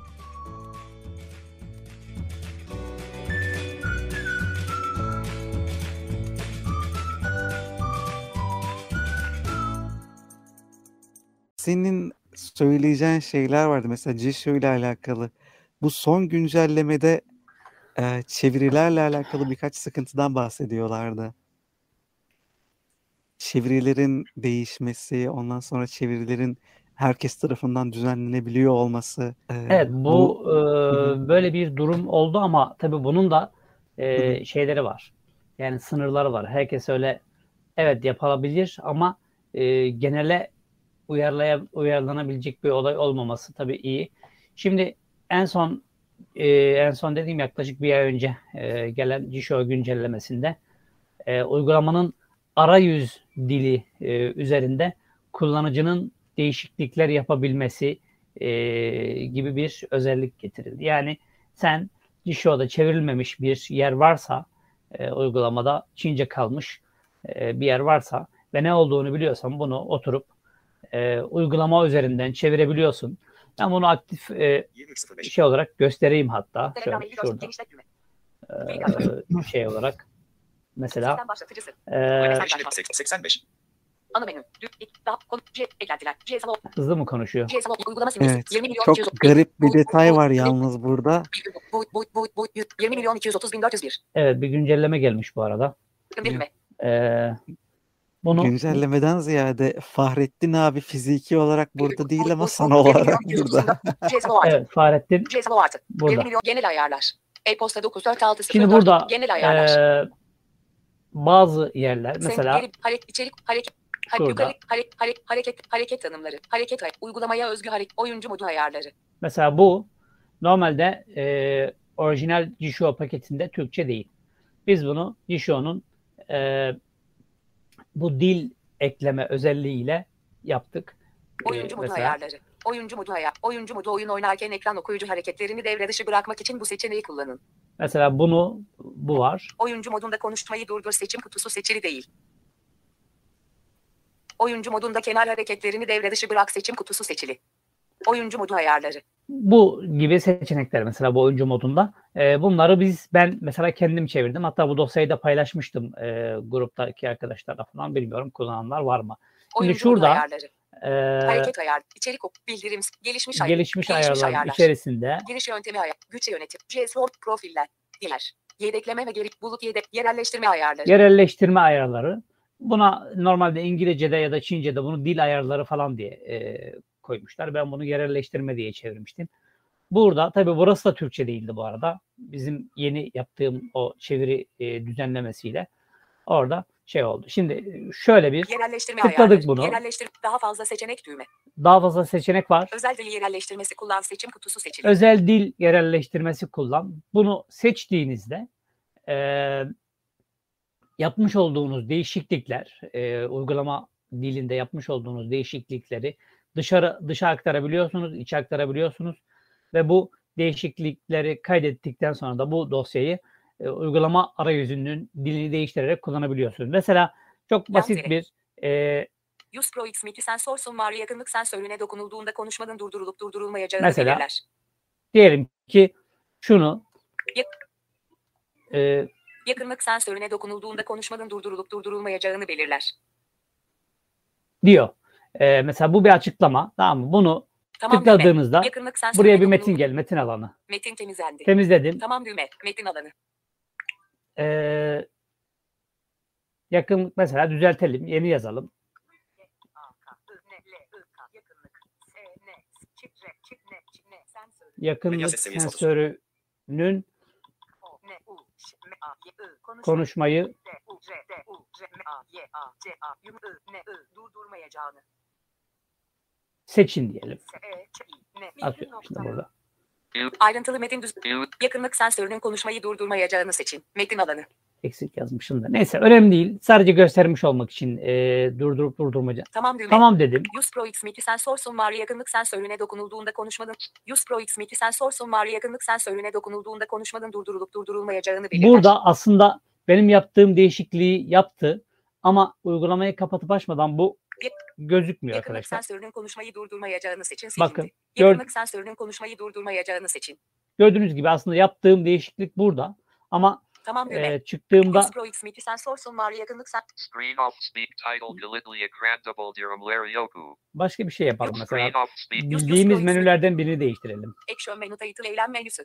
Senin söyleyeceğin şeyler vardı. Mesela Jesho ile alakalı. Bu son güncellemede e, çevirilerle alakalı birkaç sıkıntıdan bahsediyorlardı. Çevirilerin değişmesi, ondan sonra çevirilerin herkes tarafından düzenlenebiliyor olması. E, Evet, bu bu e, Hı hı. böyle bir durum oldu ama tabii bunun da Hı hı. e, şeyleri var. Yani sınırları var. Herkes öyle evet yapılabilir ama e, genele uyarlaya, uyarlanabilecek bir olay olmaması tabii iyi. Şimdi en son e, en son dediğim yaklaşık bir ay önce e, gelen Jesho güncellemesinde e, uygulamanın arayüz dili e, üzerinde kullanıcının değişiklikler yapabilmesi e, gibi bir özellik getirildi. Yani sen Jesho'da çevrilmemiş bir yer varsa e, uygulamada Çince kalmış e, bir yer varsa ve ne olduğunu biliyorsan bunu oturup e, uygulama üzerinden çevirebiliyorsun. Ben bunu aktif e, şey olarak göstereyim hatta. Telegram Şöyle elli dört şurada genişlet düğme. e, şey olarak mesela Sistem başlatıcısı. e, Mesajlaşma. seksen beş. Ana menü. Dü- Daha konu. C. Eklentiler. C. Salon. hızlı mı konuşuyor? C. Salon. Uygulama simgesi. Evet. yirmi milyon Çok iki yüz garip bir Bu- bu- detay bu- var bu- yalnız burada. Bu, bu, bu, bu, bu, yirmi milyon iki yüz otuz bin dört yüz bir. Evet, bir güncelleme gelmiş bu arada. Gönderilme. Ee, bunu Güncellemeden ziyade Fahrettin abi fiziki olarak burada değil ama Bu- bu- sanal yirmi milyon olarak iki yüz otuz bin burada. dört. C. Salon artı. evet Fahrettin C. Salon artı. burada. yirmi milyon genel ayarlar. E-posta dokuz dört altı sıfır Şimdi dört burada genel ayarlar. e, bazı yerler Sen mesela geri, hareket, içerik, hareket, ha- şurada. yukarı, hareket, hareket, hareket, hareket tanımları, hareket, ay- uygulamaya özgü hareket, oyuncu modu ayarları. mesela bu normalde e, orijinal Jesho paketinde Türkçe değil. Biz bunu Jesho'nun e, bu dil ekleme özelliğiyle yaptık. E, Oyuncu modu mesela ayarları. Oyuncu modu ayar. Oyuncu modu oyun oynarken ekran okuyucu hareketlerini devre dışı bırakmak için bu seçeneği kullanın. mesela bunu bu var. Oyuncu modunda konuşmayı durdur seçim kutusu seçili değil. Oyuncu modunda kenar hareketlerini devre dışı bırak seçim kutusu seçili. Oyuncu modu ayarları. Bu gibi seçenekler mesela bu oyuncu modunda. E, bunları biz ben mesela kendim çevirdim. Hatta bu dosyayı da paylaşmıştım e, gruptaki arkadaşlarla falan. Bilmiyorum kullananlar var mı? Şimdi Oyuncu modu şurada ayarları. e, Hareket ayar, içerik ok, bildirim, gelişmiş ayar, gelişmiş ayarların içerisinde giriş yöntemi ayar, güç yönetim, G S O profiller, diğer, yedekleme ve geri bulut yedek, yerelleştirme ayarları. yerelleştirme ayarları. Buna normalde İngilizce'de ya da Çince'de bunu dil ayarları falan diye e, koymuşlar. Ben bunu yerelleştirme diye çevirmiştim. Burada tabii burası da Türkçe değildi bu arada. Bizim yeni yaptığım o çeviri e, düzenlemesiyle orada şey oldu. Şimdi şöyle bir Yerelleştirme tıkladık ayarları. bunu. Yerelleştir. Daha fazla seçenek düğme. Daha fazla seçenek var. Özel dil yerelleştirmesi kullan seçim kutusu seçili. Özel dil yerelleştirmesi kullan. Bunu seçtiğinizde e, yapmış olduğunuz değişiklikler, e, uygulama dilinde yapmış olduğunuz değişiklikleri dışarı dışa aktarabiliyorsunuz, içe aktarabiliyorsunuz ve bu değişiklikleri kaydettikten sonra da bu dosyayı e, uygulama arayüzünün dilini değiştirerek kullanabiliyorsunuz. Mesela çok basit Yan bir e, Use Pro X Multi Sensor Summary yakınlık sensörüne dokunulduğunda konuşmanın durdurulup durdurulmayacağını Mesela belirler. diyelim ki şunu Yak- e, Yakınlık sensörüne dokunulduğunda konuşmanın durdurulup durdurulmayacağını belirler. diyor. E, mesela bu bir açıklama. Tamam mı? Bunu Tamam düğme. tıkladığınızda Yakınlık sensörüne buraya bir metin dokunuldu. gel, metin alanı. Metin temizlendi. Temizledim. Tamam düğme. Metin alanı. Ee, yakın mesela düzeltelim, yeni yazalım. Yakınlık sensörünün konuşmayı seçin diyelim. Atıyorum işte burada. Ayrıntılı metin düz. Yakınlık sensörünün konuşmayı durdurmayacağını seçin. Metin alanı. Eksik yazmışım da. Neyse önemli değil. Sadece göstermiş olmak için e, durdurup durdurmayacağım. Tamam düğme. Tamam dedim. Use Pro X Multi Sensor Summary yakınlık sensörüne dokunulduğunda konuşmanın Use Pro X Multi Sensor Summary yakınlık sensörüne dokunulduğunda konuşmanın durdurulup durdurulmayacağını belirler. Burada aslında benim yaptığım değişikliği yaptı ama uygulamayı kapatıp açmadan bu gözükmüyor Yakınlık arkadaşlar. sensörünün konuşmayı durdurmayacağını seçin. Silindi. Bakın, gör- Yakınlık sensörünün konuşmayı durdurmayacağını seçin. Gördüğünüz gibi aslında yaptığım değişiklik burada ama Tamam düğme. e, çıktığımda Use Pro X Multi Sensor Summary yakınlık sen Screen off speak title Galidlia Crandable Diramler Yoku. başka bir şey yapalım Screen mesela. off speak. Bildiğimiz menülerden birini değiştirelim. Action menü title eylem menüsü.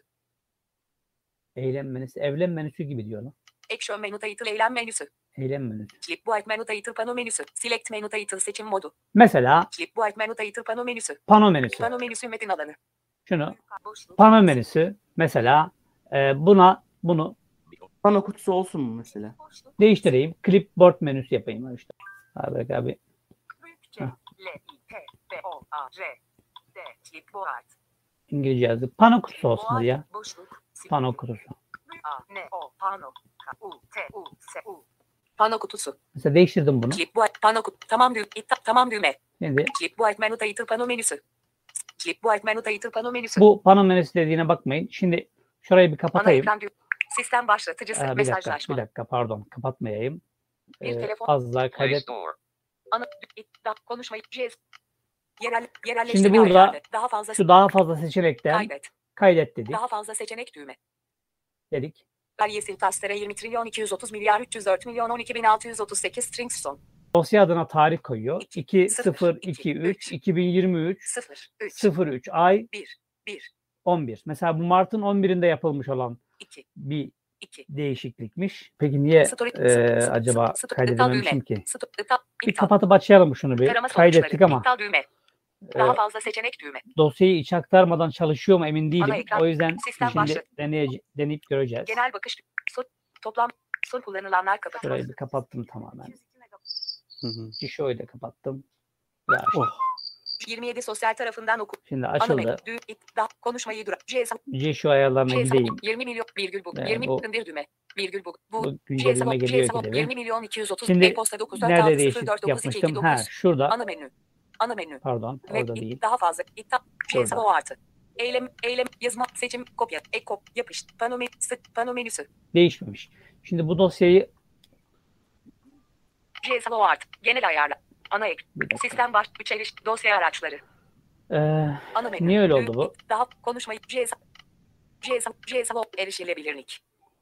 Eylem menüsü, evlem menüsü gibi diyor lan. Action menü title eylem menüsü. Eylem menüsü. Clipboard menü title pano menüsü. Select menü title seçim modu. Mesela Clipboard menü title pano menüsü. pano menüsü. Pano menüsü metin alanı. Şunu Boşluk. pano menüsü mesela e, buna bunu Pano kutusu olsun mu mesela? değiştireyim. Clipboard menüsü yapayım işte. Abi abi C, L, I, P, B, O, A, R, D, Clipboard. İngilizce yazdı. Pano kutusu olsun hadi ya. Boşluk. Sil- Pano kutusu. A, N, O, pano. K, U, T, U, S, U. Pano kutusu. Mesela değiştirdim bunu. Clipboard pano kutu. Tamam düğme. İtta- Tamam düğme. Şimdi Clipboard menü title pano menüsü. Clipboard menü title pano menüsü. bu pano menüsü dediğine bakmayın. Şimdi şurayı bir Ana kapatayım. ekran düğme. Sistem başlatıcısı. Aa, bir dakika, mesajlaşma. bir dakika pardon kapatmayayım. Bir Ee, telefon. az daha Play kaydet. Store. Ana iddia konuşmayı cihaz. Yerel yerelleştirme Şimdi burada ayarları. Daha fazla Şu daha fazla seçenekten kaydet. kaydet dedik. Daha fazla seçenek düğme. dedik. Yesil Tastere yirmi trilyon iki yüz otuz milyar üç yüz dört milyon on iki bin altı yüz otuz sekiz strings son. Dosya adına tarih koyuyor. İki, iki sıfır, sıfır iki, iki üç. üç iki bin yirmi üç sıfır üç sıfır üç ay bir bir on bir. Mesela bu Mart'ın on birinde yapılmış olan iki bir iki. değişiklikmiş. Peki niye Story- e, sto- acaba sto- sto- kaydedememişim ki? Stop, iptal, Bir iptal. kapatıp açalım şunu bir. Tarama Kaydettik sonuçları. ama İptal düğme. e, Daha fazla seçenek düğme. dosyayı içe aktarmadan çalışıyor mu emin değilim. Ana ekran, O yüzden sistem şimdi başlat. deneye- deneyip göreceğiz. Genel bakış. So, toplam son kullanılanlar kapatılır. Şurayı bir kapattım tamamen. Hı hı. Şişoyu da kapattım. Ya işte. Oh. yirmi yedi sosyal tarafından oku. Şimdi Ana menü. açıldı. Düğüm. İptal. Konuşmayı dur. Cihaz. Şu ayarlarına Cihaz. gideyim. yirmi milyon. Virgül bu. Ee, yirmi bu- bir düğme. Virgül bu. Bu. Bu güncelleme geliyor ki de yirmi bir. milyon iki yüz otuz. Şimdi E-posta dokuz dört nerede altı sıfır değişiklik dört dokuz iki iki yapmıştım? Ha dokuz. şurada. Ana menü. Ana menü. Pardon Ve orada it- değil. daha fazla. İptal. Cihaz Şurada. o artı. Eylem, eylem, yazma, seçim, kopya, ek kop, yapış, pano, men, sık, pano menüsü. Değişmemiş. Şimdi bu dosyayı Cihaz o artı. Genel ayarla. Ana ek. bir dakika. Sistem baş, üç eriş, dosya araçları. Ee, Ana menü. Niye öyle Düğüm, oldu bu? Daha konuşmayı, cihaz, cihaz, cihaz o erişilebilirlik.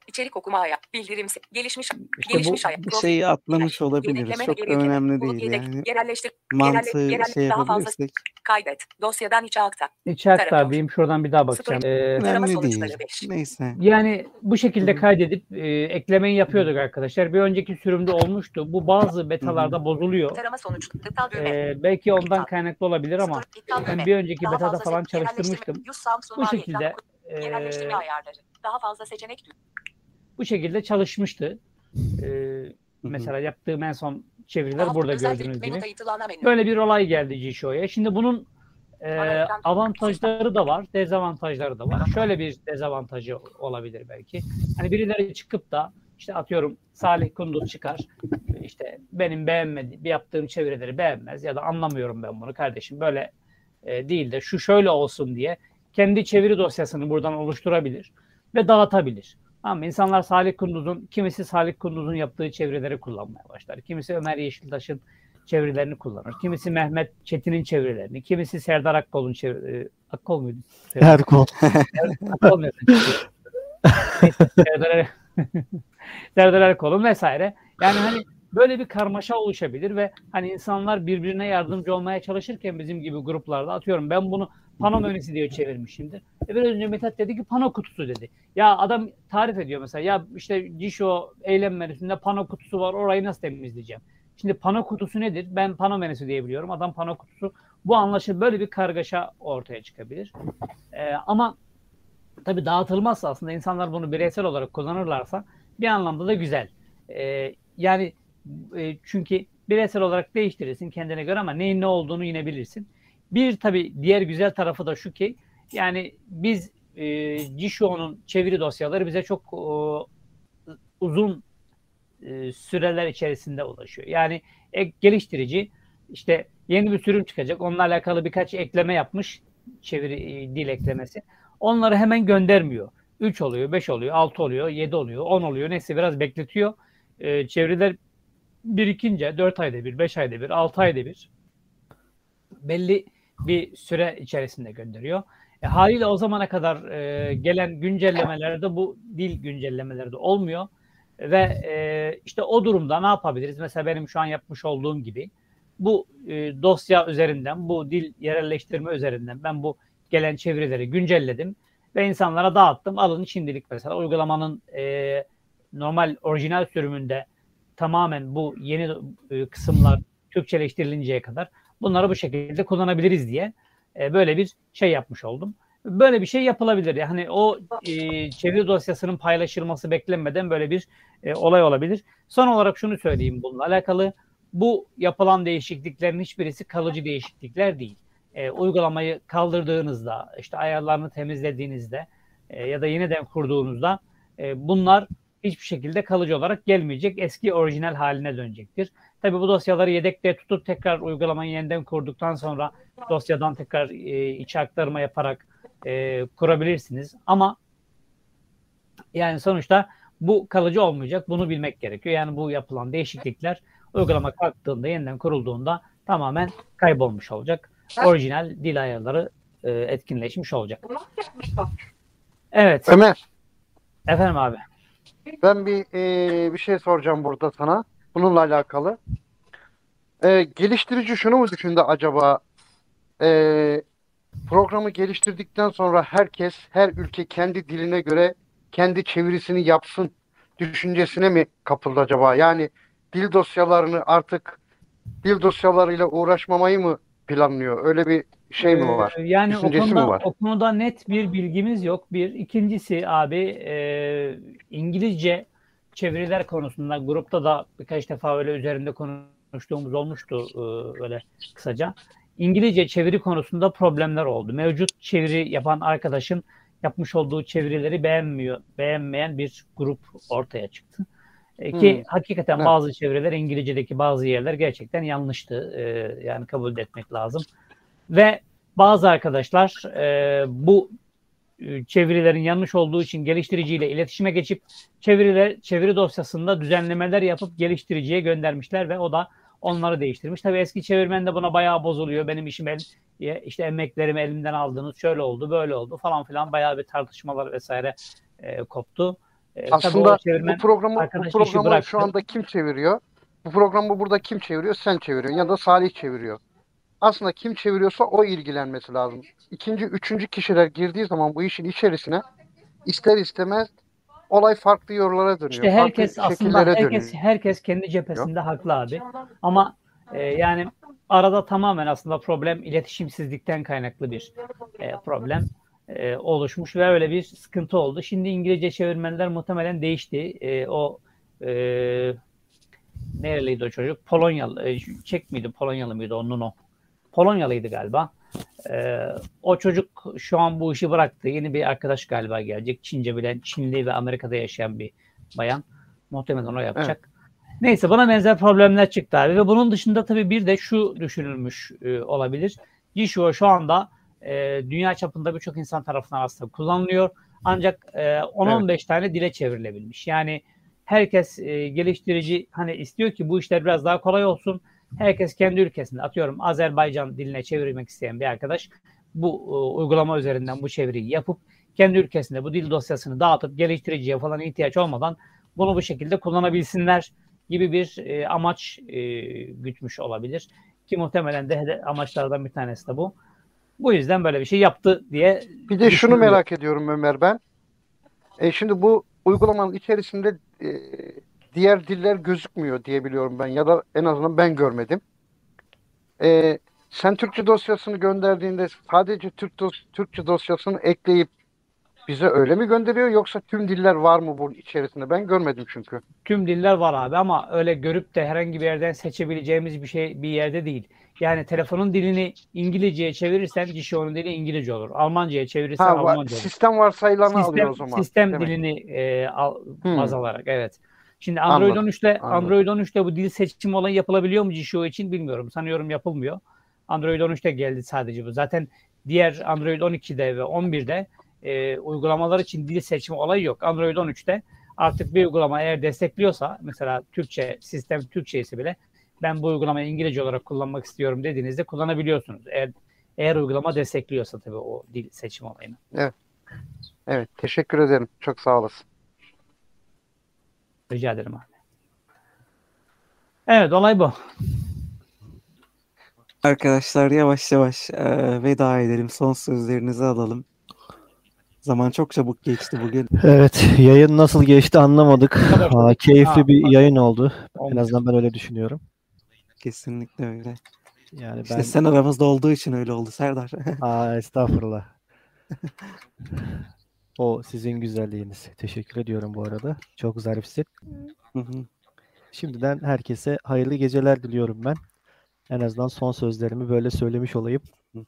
İçerik okuma ayağı. Bildirim. se- Gelişmiş. İşte gelişmiş bu ayağı. Bir Profil. şeyi atlamış Flash. olabiliriz. Yedekleme Çok geriye. önemli Bulut değil yedek. yani. Yerelleştir. Yerelle, Mantığı yerelle, şey daha fazla. yapabilirsek Kaydet. Dosyadan içe aktar. içe Tarama. aktar Şuradan bir daha bakacağım. Story. Ee, Tarama önemli sonuçları değil. beş. Neyse. Yani bu Hı şekilde hı. kaydedip e, eklemeyi yapıyorduk arkadaşlar. Bir önceki sürümde olmuştu. Bu bazı Hı hı. betalarda bozuluyor. Tarama sonuç. İptal düğme. Ee, belki ondan İptal. kaynaklı olabilir ama Story. İptal düğme. ben bir önceki Daha betada fazla falan se- yerelleştirme. çalıştırmıştım. Yüz Samsung Bu mavi ekran. şekilde Yerelleştirme e, ayarları. Daha fazla seçenek düğme. bu şekilde çalışmıştı. Ee, Hı hı. mesela yaptığım en son çeviriler Daha burada özel gördüğünüz menü gibi. kayıtlı ana menü. Böyle bir olay geldi G S H O'ya. Şimdi bunun e, Ana ekran. Sistem. avantajları da var, dezavantajları da var. Şöyle bir dezavantajı olabilir belki. Hani birileri çıkıp da işte atıyorum Salih Kunduz çıkar. İşte benim beğenmediğim, yaptığım çevirileri beğenmez ya da anlamıyorum ben bunu kardeşim. Böyle e, değil de şu şöyle olsun diye kendi çeviri dosyasını buradan oluşturabilir ve dağıtabilir. Ama insanlar Salih Kunduz'un, kimisi Salih Kunduz'un yaptığı çevirileri kullanmaya başlar. Kimisi Ömer Yeşiltaş'ın çevirilerini kullanır. Kimisi Mehmet Çetin'in çevirilerini, kimisi Serdar Akkol'un çevirilerini. Akkol muydu? Erkol. Akkol nereden çıktı? Serdar, Serdar Erkol'un vesaire. Yani hani böyle bir karmaşa oluşabilir ve hani insanlar birbirine yardımcı olmaya çalışırken bizim gibi gruplarda atıyorum ben bunu pano menüsü diye çevirmişimdir. E biraz önce Mithat dedi ki pano kutusu dedi. Ya adam tarif ediyor mesela ya işte G S H O eylem menüsünde pano kutusu var orayı nasıl temizleyeceğim? Şimdi pano kutusu nedir? Ben pano menüsü diyebiliyorum. Adam pano kutusu. Bu anlaşılır böyle bir kargaşa ortaya çıkabilir. Ee, ama tabii dağıtılmazsa aslında insanlar bunu bireysel olarak kullanırlarsa bir anlamda da güzel. Ee, yani e, çünkü bireysel olarak değiştirirsin kendine göre ama neyin ne olduğunu yine bilirsin. Bir tabii diğer güzel tarafı da şu ki yani biz e, G S H O'nun çeviri dosyaları bize çok e, uzun e, süreler içerisinde ulaşıyor. Yani ek, geliştirici işte yeni bir sürüm çıkacak. Onunla alakalı birkaç ekleme yapmış. Çeviri e, dil eklemesi. Onları hemen göndermiyor. üç oluyor, beş oluyor, altı oluyor, yedi oluyor, on oluyor. Neyse biraz bekletiyor. E, çeviriler birikince dört ayda bir, beş ayda bir, altı ayda bir belli bir süre içerisinde gönderiyor. E, haliyle o zamana kadar e, gelen güncellemelerde bu dil güncellemelerde olmuyor. Ve e, işte o durumda ne yapabiliriz? Mesela benim şu an yapmış olduğum gibi bu e, dosya üzerinden, bu dil yerelleştirme üzerinden ben bu gelen çevirileri güncelledim ve insanlara dağıttım. Alın şimdilik mesela uygulamanın e, normal orijinal sürümünde tamamen bu yeni e, kısımlar Türkçeleştirilinceye kadar bunları bu şekilde kullanabiliriz diye e, böyle bir şey yapmış oldum. Böyle bir şey yapılabilir. Yani o e, çeviri dosyasının paylaşılması beklenmeden böyle bir e, olay olabilir. Son olarak şunu söyleyeyim bununla alakalı. Bu yapılan değişikliklerin hiçbirisi kalıcı değişiklikler değil. E, uygulamayı kaldırdığınızda, işte ayarlarını temizlediğinizde e, ya da yeniden kurduğunuzda e, bunlar hiçbir şekilde kalıcı olarak gelmeyecek. Eski orijinal haline dönecektir. Tabii bu dosyaları yedekte tutup tekrar uygulamayı yeniden kurduktan sonra dosyadan tekrar e, içe aktarma yaparak e, kurabilirsiniz. Ama yani sonuçta bu kalıcı olmayacak. Bunu bilmek gerekiyor. Yani bu yapılan değişiklikler uygulama kalktığında, yeniden kurulduğunda tamamen kaybolmuş olacak. Orijinal dil ayarları e, etkinleşmiş olacak. Evet. Ömer, Efendim abi. ben bir e, bir şey soracağım burada sana. Bununla alakalı. E, geliştirici şunu mu düşündü acaba? E, programı geliştirdikten sonra herkes, her ülke kendi diline göre kendi çevirisini yapsın düşüncesine mi kapıldı acaba? Yani dil dosyalarını artık dil dosyalarıyla uğraşmamayı mı planlıyor? Öyle bir şey mi var? Ee, yani o Düşüncesi mi konuda var? o konuda net bir bilgimiz yok. Bir. İkincisi abi e, İngilizce çeviriler konusunda grupta da birkaç defa öyle üzerinde konuştuğumuz olmuştu e, öyle kısaca. İngilizce çeviri konusunda problemler oldu. Mevcut çeviri yapan arkadaşın yapmış olduğu çevirileri beğenmiyor, beğenmeyen bir grup ortaya çıktı. E, ki Hmm. hakikaten Evet. bazı çeviriler İngilizce'deki bazı yerler gerçekten yanlıştı. E, yani kabul etmek lazım. Ve bazı arkadaşlar e, bu e, çevirilerin yanlış olduğu için geliştiriciyle iletişime geçip çeviriler çeviri dosyasında düzenlemeler yapıp geliştiriciye göndermişler ve o da onları değiştirmiş. Tabii eski çevirmen de buna bayağı bozuluyor. Benim işim el, işte emeklerimi elimden aldınız, şöyle oldu, böyle oldu falan filan bayağı bir tartışmalar vesaire e, koptu. E, tabii Aslında o çevirmen bu programı bu arkadaş işi programı bıraktı. şu anda kim çeviriyor? Bu programı burada kim çeviriyor? Sen çeviriyorsun ya da Salih çeviriyor. Aslında kim çeviriyorsa o ilgilenmesi lazım. İkinci, üçüncü kişiler girdiği zaman bu işin içerisine ister istemez olay farklı yollara dönüyor. İşte herkes farklı aslında şekillere herkes dönüyor. herkes kendi cephesinde haklı abi. Ama e, yani arada tamamen aslında problem iletişimsizlikten kaynaklı bir e, problem e, oluşmuş ve öyle bir sıkıntı oldu. Şimdi İngilizce çevirmenler muhtemelen değişti. E, o e, nereliydi o çocuk? Polonyalı, e, Çek miydi? Polonyalı mıydı? Onun o. Polonyalıydı galiba. Ee, o çocuk şu an bu işi bıraktı. Yeni bir arkadaş galiba gelecek. Çince bilen, Çinli ve Amerika'da yaşayan bir bayan. Muhtemelen o yapacak. Evet. Neyse buna benzer problemler çıktı abi. Ve bunun dışında tabii bir de şu düşünülmüş e, olabilir. Jishuo şu anda e, dünya çapında birçok insan tarafından aslında kullanılıyor. Ancak e, on on beş evet. tane dile çevrilebilmiş. Yani herkes e, geliştirici hani istiyor ki bu işler biraz daha kolay olsun. Herkes kendi ülkesinde atıyorum Azerbaycan diline çevirmek isteyen bir arkadaş bu e, uygulama üzerinden bu çeviriyi yapıp kendi ülkesinde bu dil dosyasını dağıtıp geliştiriciye falan ihtiyaç olmadan bunu bu şekilde kullanabilsinler gibi bir e, amaç e, gütmüş olabilir. Ki muhtemelen de amaçlardan bir tanesi de bu. Bu yüzden böyle bir şey yaptı diye bir de şunu merak ediyorum Ömer ben. E şimdi bu uygulamanın içerisinde e, diğer diller gözükmüyor diye biliyorum ben ya da en azından ben görmedim. E, sen Türkçe dosyasını gönderdiğinde sadece Türk dos Türkçe dosyasını ekleyip bize öyle mi gönderiyor yoksa tüm diller var mı bunun içerisinde? Ben görmedim çünkü. Tüm diller var abi ama öyle görüp de herhangi bir yerden seçebileceğimiz bir şey bir yerde değil. Yani telefonun dilini İngilizceye çevirirsen Jishuo'nun dili İngilizce olur. Almanca'ya çevirirsen ha, Almanca olur. Sistem varsayılanı sistem, alıyor o zaman. Sistem demek. dilini e, al, hmm. baz alarak evet. Şimdi Android anladım, on üçte anladım. Android on üçte bu dil seçimi olayı yapılabiliyor mu Jishuo için bilmiyorum. Sanıyorum yapılmıyor. Android on üçte geldi sadece bu. Zaten diğer Android on ikide ve on birde e, uygulamalar için dil seçimi olayı yok. Android on üçte artık bir uygulama eğer destekliyorsa mesela Türkçe, sistem Türkçe ise bile ben bu uygulamayı İngilizce olarak kullanmak istiyorum dediğinizde kullanabiliyorsunuz. Eğer eğer uygulama destekliyorsa tabii o dil seçim olayını. Evet. Evet, teşekkür ederim. Çok sağ olasın. Rica ederim abi. Evet, olay bu. Arkadaşlar yavaş yavaş e, veda edelim. Son sözlerinizi alalım. Zaman çok çabuk geçti bugün. Evet, yayın nasıl geçti anlamadık. Aa, keyifli ha, bir yayın oldu. Olmuş. En azından ben öyle düşünüyorum. Kesinlikle öyle. Yani işte ben... sen aramızda olduğu için öyle oldu Serdar. Aa, estağfurullah. O sizin güzelliğiniz. Teşekkür ediyorum bu arada. Çok zarifsin. Şimdiden herkese hayırlı geceler diliyorum ben. En azından son sözlerimi böyle söylemiş olayım.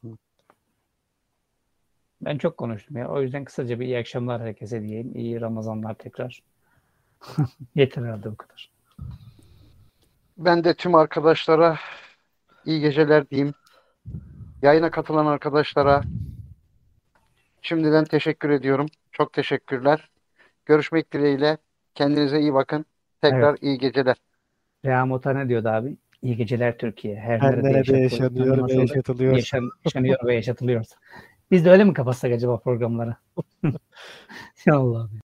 Ben çok konuştum ya. O yüzden kısaca bir iyi akşamlar herkese diyeyim. İyi Ramazanlar tekrar. Yeter herhalde bu kadar. Ben de tüm arkadaşlara iyi geceler diyeyim. Yayına katılan arkadaşlara şimdiden teşekkür ediyorum. Çok teşekkürler. Görüşmek dileğiyle. Kendinize iyi bakın. Tekrar evet. iyi geceler. Reha Mota ne diyordu abi? İyi geceler Türkiye. Her, Her nerede, nerede yaşanıyor ve yaşatılıyor. Yaşan, yaşanıyor ve yaşatılıyor. Biz de öyle mi kapatsak acaba programları? Ya Allah.